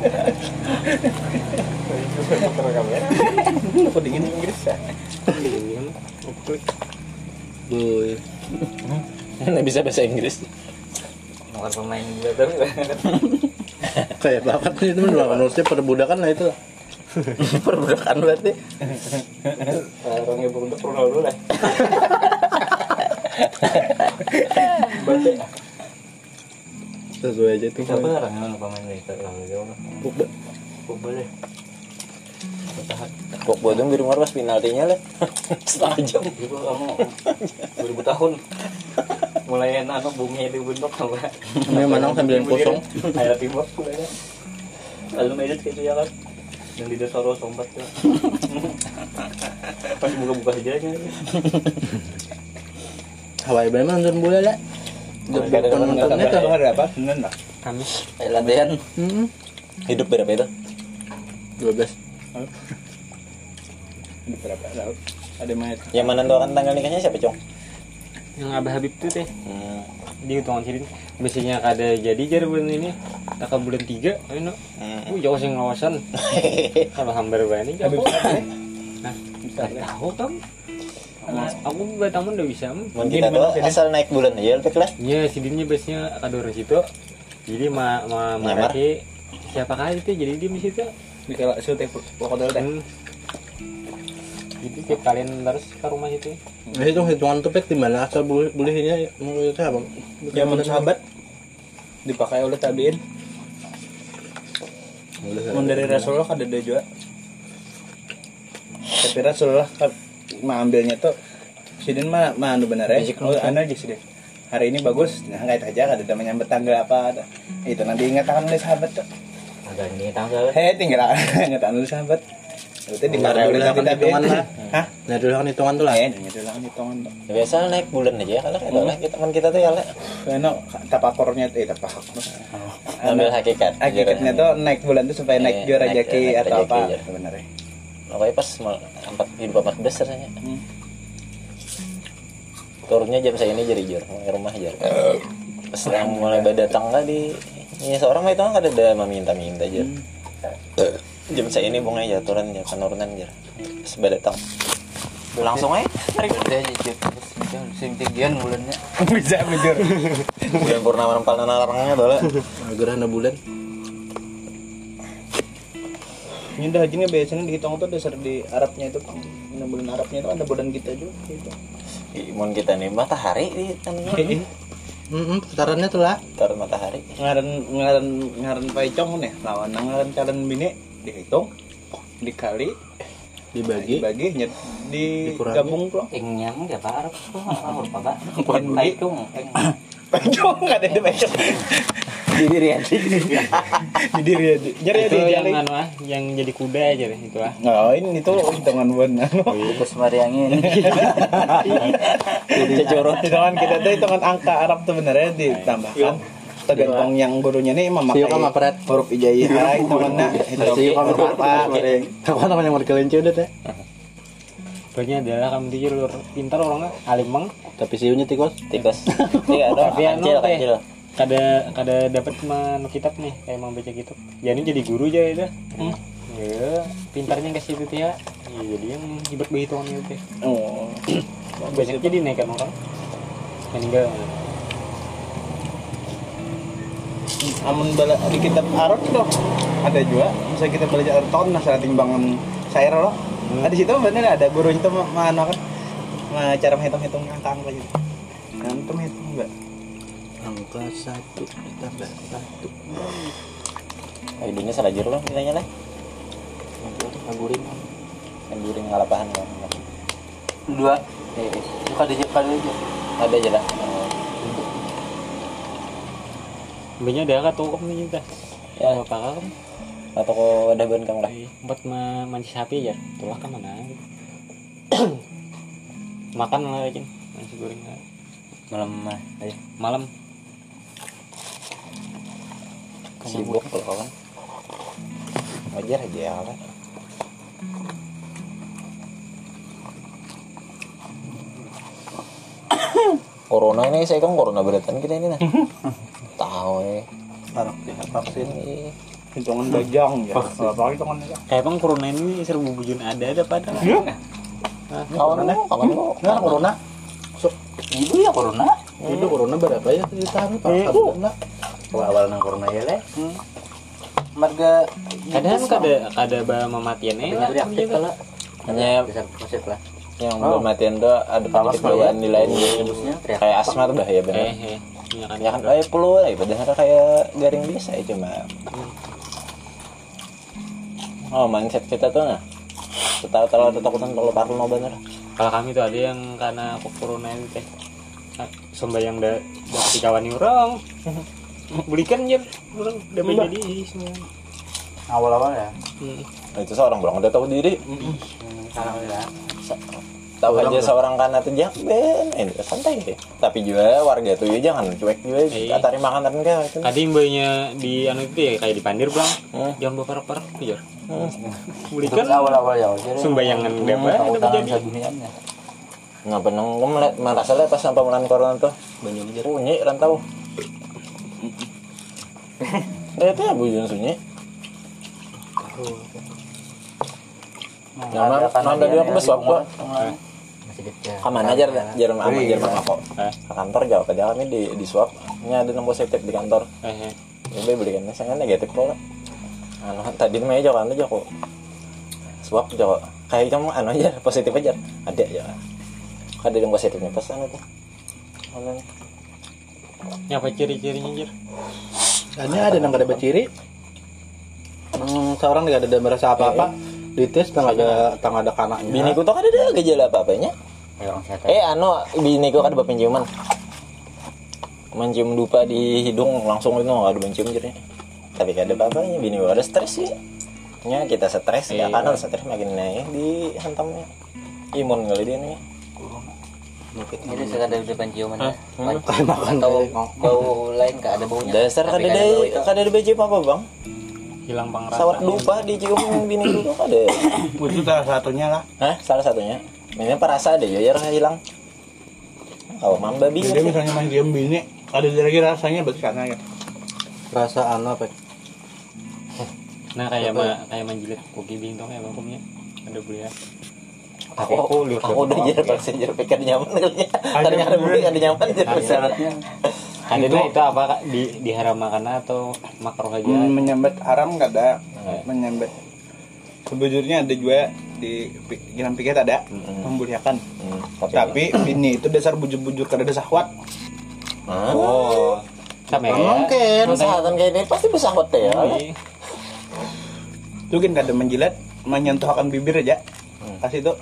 Aku dingin Inggris ya. boy Nggak bisa bahasa Inggris. nomor pemain juga kayak banget nih teman harusnya perbudakan lah itu Perbudakan berarti. orangnya beruntuk Ronaldo lah sesuai aja tuh siapa orang yang pemain itu Ronaldo Pogba deh Pogba tuh di rumah pas penaltinya lah. Setengah jam. itu kamu 2000 tahun mulai anak bumi itu bentuk sama ini menang 9-0 air timbok lalu medit gitu ya kan yang di desa sombat ya pas buka sejarahnya Hawaii bener nonton bola lah nontonnya tuh Ada apa? Senin lah. Kamis Kayak latihan. Hidup berapa itu? 12 Berapa? Ada mayat. Yang menentukan tanggal nikahnya siapa, Cong? yang Abah Habib tuh teh. Di hitungan sidin biasanya kada jadi jar bulan ini tak bulan 3 ayo jauh sing ngawasan kalau hambar bae ini Habib siapa, ya? nah tahu kan aku batamun udah bisa Mun kita tuh asal naik bulan aja pek lah. ya sidinnya biasanya kada orang situ jadi mereka siapa kali itu jadi dia di situ Dikala teh pokoknya teh. jadi tiap kalian terus ke rumah situ Nah, hitungan tupek di mana asal bolehnya menurut saya apa? Zaman sahabat dipakai oleh tabiin. Mun dari Rasulullah kada ada juga. Tapi Rasulullah mengambilnya tuh sidin mah anu bener ya. Oh, anu aja sidin. Hari ini bagus, nah kayak aja kada ada menyambut tangga apa. Itu nanti ingatan oleh sahabat tuh. Ada ini tanggal. Tinggal ingatan oleh sahabat. Itu dipakai oleh tabiin. Hah? Nah, dulu kan hitungan tuh lah. Dulu kan hitungan tuh. Biasa naik bulan aja kalau kita lah teman kita tuh ya lah. Karena tapakornya tapakor. Ambil hakikat. Hakikatnya tuh naik bulan tuh supaya naik juara rezeki atau apa sebenarnya. Pokoknya pas 14 rasanya. Turunnya jam saya ini jadi jor, ke rumah jar. Pas yang mulai datang lah di ya seorang mah itu kan ada meminta-minta jar. Jam saya ini bunga aja turun ya penurunan jar. Pas datang. Langsung aja hari Udah jujur terus sing tinggian bulannya. Bisa jujur. bulan purnama nempal larangnya tuh lah. Gerhana bulan. Ini dah hajinya biasanya dihitung tuh dasar di Arabnya itu kan. Bulan Arabnya itu ada bulan kita juga gitu. Imun kita nih matahari di tanahnya. Putarannya tuh lah. Taruh matahari. Ngaran paicong nih, lawan ngaran calon bini dihitung dikali Dibagi. nyet digabung pulang. Ingnyang dia Pak Arab tuh apa Pak? Kuan budi. Paicong enggak ada paicong. Di diri aja. Di diri aja. Nyari itu di yang jali. yang jadi kuda aja deh itu ah Ini tuh hitungan bulan. Terus mariangin. Cecorot. Hitungan kita tuh hitungan angka Arab tuh benernya ditambahkan tergantung yang gurunya nih memakai Siyo ka mapret. huruf hijaiyah hitungannya Siyo ka huruf apa Apa namanya mau kelinci udah teh. banyak adalah kamu tuh pintar orangnya alim bang Tapi siunya tikus. Tikus. Iya dong. Tapi anu Kecil teh. kecil. kada dapat manu kitab nih kayak mau baca kitab jadi jadi guru aja itu ya pintarnya ke situ tuh ya jadi yang hebat berhitungan itu teh oh banyak jadi naikkan orang meninggal amun bala di kitab Arab tuh ada juga bisa kita belajar ton masalah timbangan sair loh ada di situ bener ada gurunya tuh mana kan cara menghitung angka gitu nah itu menghitung enggak Angka 1 ditambah 1. Ini salah juru lah nilainya lah. Agurin. Guring ngalapahan kan. 2. Suka dijepal aja. Ada aja lah. banyak ada kan tuh nih juga Ya. apa kan Atau kok ada ban kang lah. buat manci sapi ya tulah kan mana makan lah aja nasi goreng Malam mah. malam Sibuk kalau kan. Wajar aja ya lah. Corona ini saya kan corona beratan kita ini nah. Tahu Arab ya vaksin Iya. hitungan bajang ya apa hitungan itu kayak bang corona ini serbu bujun ada pada Kawan lo. nah corona Itu ya corona. Itu corona berapa ya ditahan Pak? Corona. Awal nang corona ya le. Marga kadang kada mematiannya lah Reaktif kalau Hanya bisa positif lah. yang bermatian tuh ada penyakit bawaan di lain gitu. Kayak asma tuh bahaya bener. ya kan Ya kan kayak flu lah, padahal kayak garing biasa ya cuma. Oh mindset kita tuh nah. Tahu ada takutan kalau parno bener. kalau kami tuh ada yang karena corona itu teh sembayang da dikawani orang belikan aja orang dapat jadi semua awal-awal ya. Nah, itu seorang belum udah tahu diri. Alhamdulillah. Tahu aja seorang karena tuh jangan ini santai deh. Tapi juga warga tuh ya jangan cuek juga. Iya. Atari makanan kayak tadi mbaknya di anu itu ya kayak di Pandir bilang jangan bawa parah ya Terus belikan awal-awal ya. Jadi sembayangan dapat tahu dapat tangan jadi sabuniannya. Ngapa nang merasa lah pas sampai bulan corona tuh bunyi rantau. Itu ya bujun sunyi. Nama dia aku besok kok. Masih dekat. Aman aja jarum aman jarum kok. Ke kantor jauh ke kami di swab. Nya ada nomor positif di kantor. Ini belikan saya negatif kok. Anu tadi mah aja kan aja kok. Swab aja kok. Kayak kamu anu aja positif aja. Ada ya. Ada yang positifnya pas anu tuh. Apa ciri-cirinya anjir? Ini ada yang gak ada ciri. Seorang gak ada merasa apa-apa. Dites tengah ada kanaknya. Biniku tuh kan ada gejala apa-apanya. Anu biniku kan ada penciuman. Mencium dupa di hidung langsung itu ada mencium jernya. Tapi gak ada apa-apanya. Biniku ada stres sih. Nya kita stres ya karena stres makin naik di hantamnya. Imun kali dia nih. Jadi sekadar udah penciuman ya. Makan Atau bau lain gak ada baunya. Dasar kada ada baju apa bang? Hilang pangrasa. Sawat dupa dicium bini dulu ada. Itu salah satunya lah. Hah? Salah satunya. Ini perasa deh, ya hilang. Kalau mam babi. Jadi misalnya main diem bini, ada lagi rasanya berarti karena ya. Rasa apa? Nah kayak menjilat koki bintang ya vakumnya. Ada boleh ya. Aku udah jadi vaksin jadi pikir nyaman kayaknya. Tadinya ada beli ada nyaman jadi syaratnya. Ada itu apa Kak? Diharam makan atau makruh aja? Menyambat haram nggak ada. Menyambat sebujurnya ada juga di jalan pikir ada membuliakan. Tapi ini itu dasar bujur-bujur kada ada sahwat. Oh. Sama ya. Mungkin. Kesehatan kayak ini pasti bersahwat ya. Itu kan kada menjilat, menyentuh akan bibir aja. Kasih itu.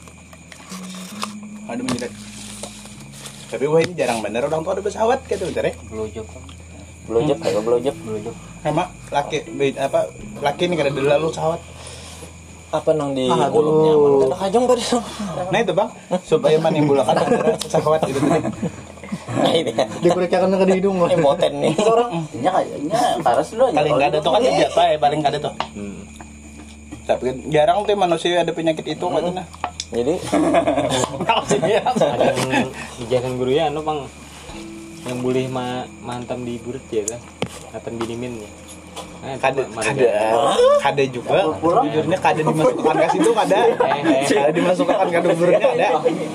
Ada menjilat. Tapi wah ini jarang bener orang tua ada bersahwat gitu bentar ya. Blowjob. Sama laki laki ini kada ada lalu sahwat. Apa nang di kulupnya mana? Kada kajong pada. Nah itu bang, supaya menimbulkan antara sahwat itu tadi. Nah ini. Dikurecakan ke hidung loh. Emoten nih orang. Intinya kayaknya paras dulu aja. Paling nggak ada tuh kan jatah ya paling nggak ada tuh. Tapi kan jarang tuh manusia ada penyakit itu katanya. Jadi Ada yang dijadikan guru ya anu Bang. Yang boleh mantam di burit ya kan. Atau dinimin ya. Kada juga. Jujurnya kada dimasukkan ke situ kada. Kada dimasukkan ke duburnya ada.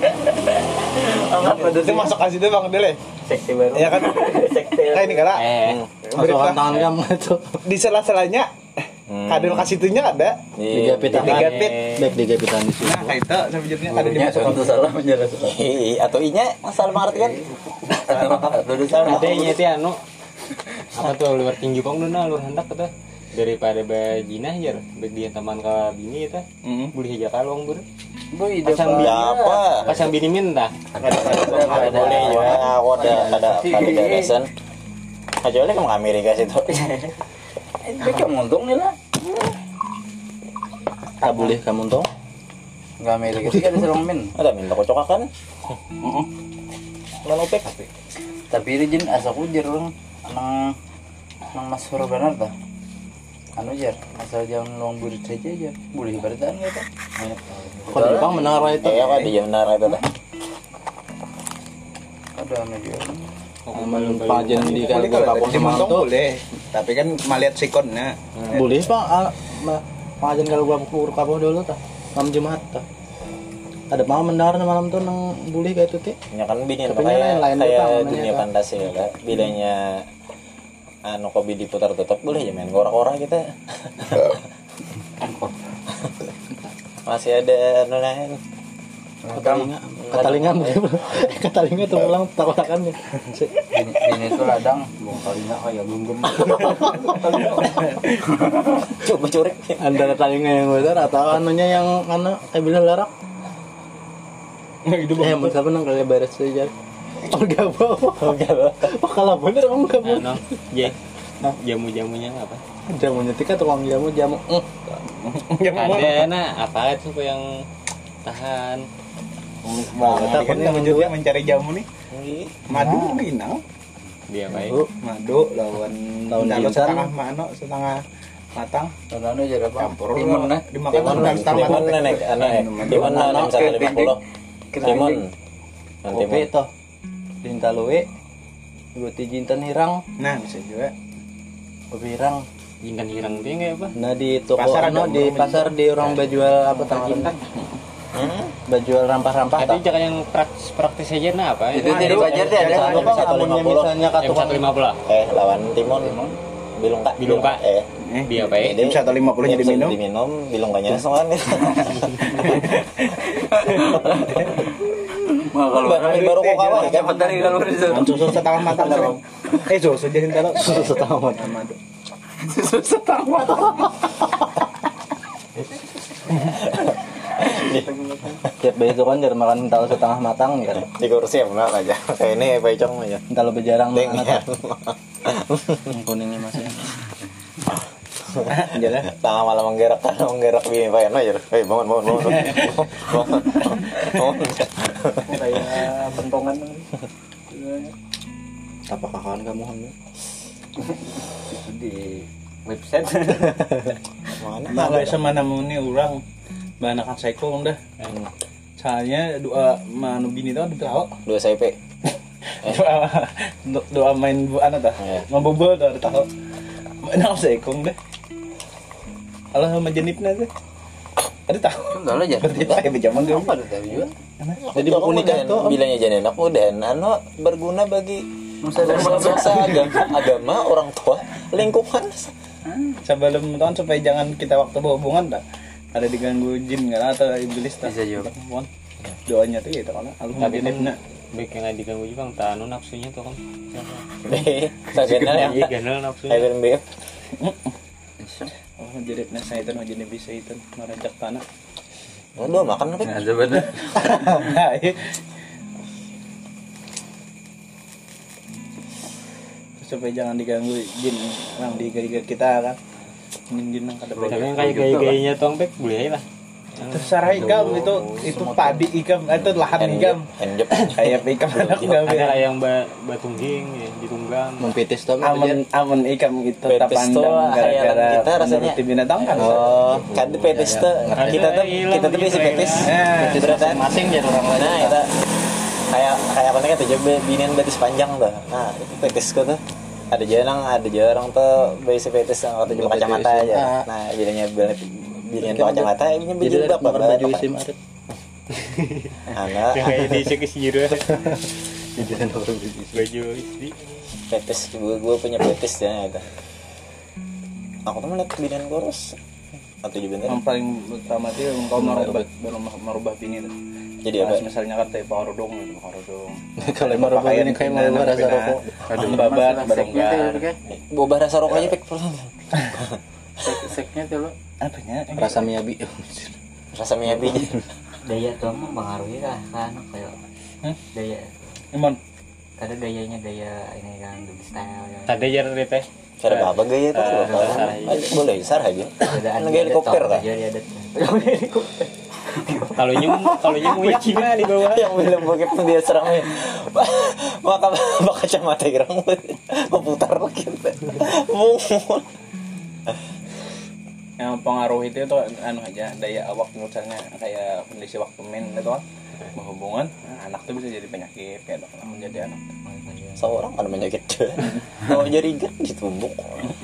Itu masuk ke situ Bang Dele. Seksi baru. Ya kan? Kayak ini kada. Masukkan tangan kamu itu. Di sela-selanya kadal kasih itunya ada. Digapit baik digapitan di sini. Nah, kayak itu sebenarnya kada dimasukkan. Itu salah menjelas. atau inya masalah mengartikan. Ada yang itu anu apa tuh luar tinggi kong dona luar hendak kata daripada bajinah jar baik dia teman ke bini itu boleh aja kalong bur pasang bini apa? pasang bini minta Ada boleh ya. Aku ada gagasan. Kecuali ke Amerika situ. Itu kamu untung nih lah. Tak boleh kamu tuh. Enggak Amerika sih ada serong min. Ada minta kocokakan. Manopek. Tapi rijin asa kujer orang nang Mas Horo benar dah. Anu jar, asal jangan luang burit saja jar. Boleh beritaan gitu. Kalau di Jepang menara itu. Iya kan di menara itu lah. Ada anu jar. Pengajian di Boleh Kalbar kalau Papua dimantong Semanto. boleh. Tapi kan melihat sikonnya. Boleh Pak. Pengajian Kalbar Papua dulu tuh. Malam Jumat tuh. Ada mau mendengar malam tuh nang boleh kayak itu teh. Ya kan bini Tapi kayak lain kayak namanya, dunia kan? Pancasila. Bilanya anu kopi diputar tutup boleh ya main gorak-gorak kita. Masih ada anu lain. Katalinga tuh ulang takotakan nih. Ini tuh ladang, bong kalinya kayak bunggem. Coba curek. Antara talinga yang besar atau anunya yang anu kayak bilang larak. Itu bang. Siapa nang kali beres saja. Oh enggak bawa. Oh kalau bener kamu enggak bawa. anu jamu-jamunya apa Jamunya tika tukang jamu. ada nah apa itu yang tahan Kan juga mencari jamu nih. Madu Minang. dia baik Madu lawan Daun daun jintan. setengah setengah matang. Dan anu jar apa? Campur Timun nah. dimakan daun setengah Timun matang. nenek anu timun 650. Timun Nanti kopi toh dinta luwe guti jintan hirang Nah, bisa juga. kopi hirang. Jintan hirang itu nggak apa? Nah di toko Pasar ada di orang pasar di orang bajual apa tangan bajual rampah-rampah Tapi tak jangan yang praktis aja nah apa? Itu dari Fajar deh ada apa bang amunnya misalnya Yang katukang 150 lawan Timon bilung kak Bilung Kak. Dia apa ya? Jam 1.50 jadi minum. diminum bilung kanya soal Kalau baru kok kawan kan cepet dari kalau bisa. Susu setengah matang dong. Susu jadi kalau susu setengah matang. tiap bayi itu kan jar makan tahu setengah matang kan di kursi ya benar aja kayak ini pecong aja kalau bejarang Deng, makan ya. yang kuningnya masih Jalan. tengah malam menggerak bini payan aja bangun Kayak pentongan. apakah kawan kamu hamil Di website. mana Nah, biasa mana mau nih orang banyak kan sekong dah. Soalnya doa manu bini tau tahu. 2 CP Doa main buana dah. Iya. Mabobol dah tahu. Mana sekong dah. Allah sama jenipna tuh. Ada tahu. Enggak lah, Jar. Berarti saya berjaman gak? Apa ada tahu juga? jadi buku nikah tuh bilangnya janin aku dan berguna bagi masa agama orang tua lingkungan Sebelum tahun supaya jangan kita waktu berhubungan dah. Ada diganggu jin nggak atau iblis dah. Bisa juga. Doanya tuh ya kalau Allah sama Tapi kan jenipna. baik yang nggak diganggu juga tak anu nafsunya tuh kan. sagenal ya Iya ganal nafsunya. Iron Beef Oh jenipna saya itu jenip bisa itu merajak tanah. udah makan apa Nah, sebenarnya Nah, iya. Supaya jangan diganggu jin orang di kita kan. Jin yang kada Tapi baik. yang kayak gaya-gayanya tuh Bek boleh lah. Terserah ikam itu padi ikam itu lahan ikam handjob kayak ikam anak Ada gawe kayak yang batungging ya, ditunggang. mempitis tuh aman ikam itu Petis tuh tapandang khayalan kita gara-gara rasanya. menuruti binatang kan oh kan petis tuh kita tuh bisa petis beratan masing ya orang lain nah kita kayak apa nih kata coba binian betis panjang tuh nah itu petis tuh ada jarang tuh bisa petis yang waktu cuma kacamata aja nah binian tuh kacamata ini jadi berjilbab ada baju isim arit anak Yang kayak di sekesira. jadi ada orang baju isim Baju istri. petis gue punya petis ya itu aku tuh melihat binian kurus atau juga bener yang paling utama itu engkau merubah bini itu jadi apa misalnya kan teh parodong kalau mau rokok ini kayak mau rasa rokok babat baronggar boba rasa rokoknya pek seknya tuh lo. apanya rasa miyabi rasa miyabi Daya tuh mempengaruhi lah kan kayak daya. Iman Ada gayanya gaya ini kan dulu style ya. Tadi jar teh. cara apa gaya itu boleh sarah aja Ada lagi helikopter kan Jadi ada. Kalau nyemu gimana di bawah? yang bilang bokep pun dia serang ya maka kacamata gerang putar gitu mungun yang pengaruh itu tuh anu aja daya awak misalnya kayak kondisi waktu main itu kan berhubungan anak tuh bisa jadi penyakit kayak dok menjadi anak seorang kan penyakit mau jadi gak ditumbuk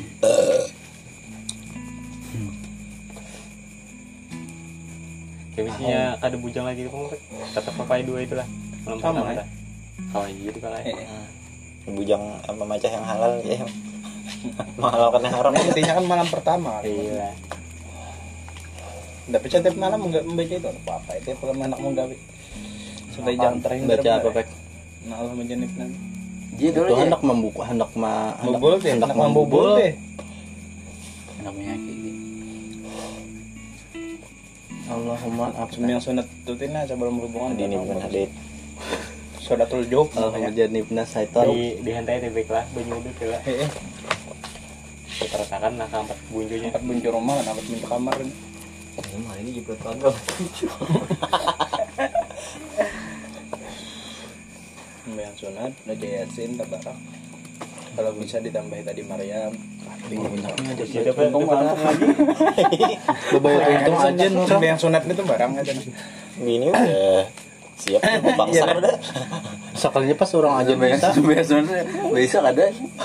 Kayak misalnya ada bujang lagi itu kan tetap papai dua itulah. Malam Sama, pertama ya? dah. Kawan gitu kan. bujang apa macam yang halal ya menghalalkan yang haram intinya kan malam pertama Iya. tapi setiap malam nggak membaca itu apa itu kalau anak mau gawe supaya jangan terhindar baca apa pek nah Allah menjenip nanti Jadi dulu itu ya. hendak membuka hendak bobol deh anak membobol deh Anak penyakit. Allahumma yang sunat tutina sebelum berhubungan ini bukan hadit sunatul job Allahumma janibna syaitan Di hantai teh baik lah, banyu udut lah. Kita ratakan nah keempat bunjunya. tempat buncur rumah dapat pintu kamar ini Ini jebret kagak. yang sunat Raja Yasin tabarak kalau bisa ditambahi tadi Maryam Jadi dapat untung lagi. bebayar untung aja yang sunat itu barang aja bini udah Siap mau bangsa udah. Sekalinya pas orang aja minta. Biasanya besok ada.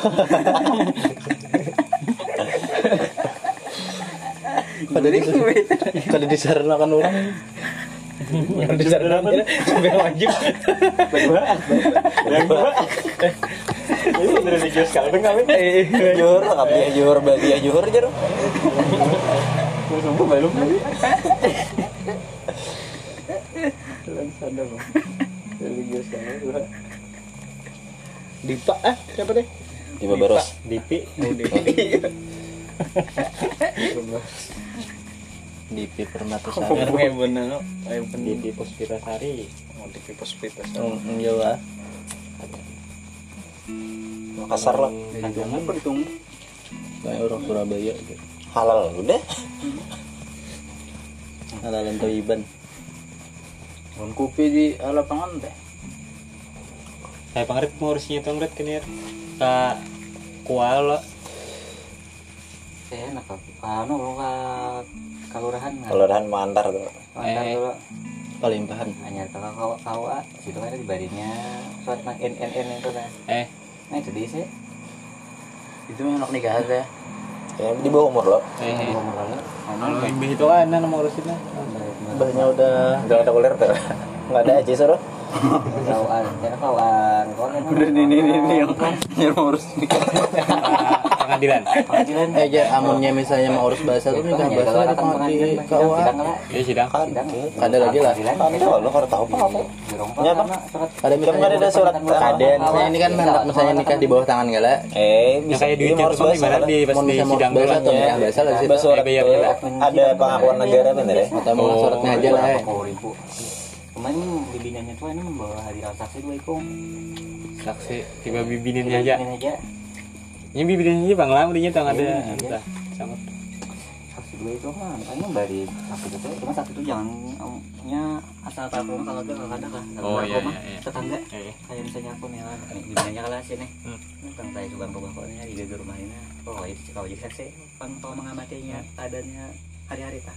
Kada disarankan orang. Yang disarankan sampai wajib. Ini religius kali kami. Jujur, kabeh jujur, badia jujur jer. Sumpah belum tadi. Religius kali. Dipa siapa deh? Tiba baros. Dipi. Dipi Permatasari. Kayak bener. Dipi Puspitasari. Mau di pipus-pipus. Jawa. Makassar lah. Jangan berhitung. Kayak orang Surabaya gitu. Halal udah. Halalan Toiban. Mun kopi di lapangan teh. Saya pangarit mengurusnya tuh ngeret kenir. Ka kuala. Saya nak anu lo ka kalurahan. Kelurahan Mantar tuh. Mantar dulu. Palimpahan. Hanya kawa situ kan di barinya suat nang NNN itu nah. Nah itu dia sih. Itu anak nikah aja. Ya di bawah umur lo. Kalau ibu itu kan nama ngurusinnya. Banyak udah Udah ada kuliah tuh. Enggak ada aja suruh. Kawan, kawan. Udah ini yang ngurus Pengadilan. Pengadilan. aja amunnya misalnya mau urus bahasa tuh nikah bahasa di KUA. Ya sidang. Ada lagi lah. Ada lo harus tahu apa. Ya bang. Ada misalnya ada surat ada misalnya ini kan anak misalnya nikah di bawah tangan gala. Yang kayak duit harus itu gimana di pas Mau di bisa mau sidang bahasa dulu. atau nikah bahasa lah sih. Surat bayar tuh gila. ada pengakuan negara bener ya. Atau mau suratnya aja lah. Kemarin bibinannya tuh ini membawa hadiah saksi dua ikung. Saksi tiba bibininnya aja. Bibinin aja. Ini bibininnya aja bang lah, udinya tuh ada. Udah, sangat. Saksi dua itu kan, makanya dari saksi itu, cuma saksi itu jangan nya asal tahu kalau ada kalau ada kan. Oh, iya, iya. Tetangga. Iya. Kayak misalnya aku nih kan, bibinannya kalah sini. Kan saya juga pokoknya di rumah ini. Oh itu kalau jadi saksi, kalau mengamatinya adanya hari-hari tak.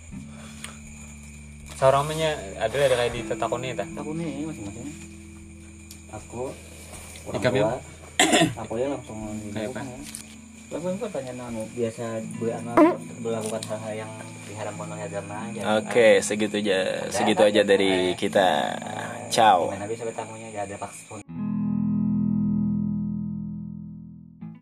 Seorang punya ada kayak di tetakoni tak. Aku nih masing-masing. Aku Nikah ya? Aku ya langsung Kayak apa? Aku kan tanya nanu biasa melakukan hal-hal yang diharamkan oleh agama aja. Oke, segitu aja dari kita. Ciao. Gimana bisa bertamunya gak ada paksa